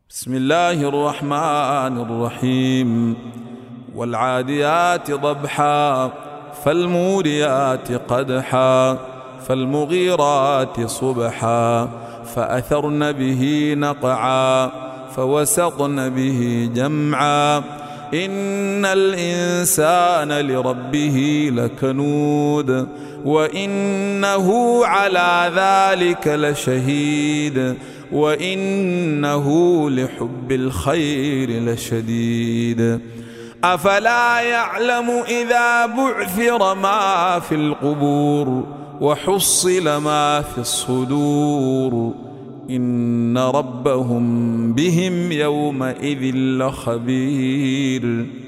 بسم الله الرحمن الرحيم. والعاديات ضبحا فالموريات قدحا فالمغيرات صبحا فأثرن به نقعا فوسطن به جمعا إن الإنسان لربه لكنود وإنه على ذلك لشهيد وإنه لحب الخير لشديد أفلا يعلم إذا بعثر ما في القبور وحصل ما في الصدور إن ربهم بهم يومئذ لخبير.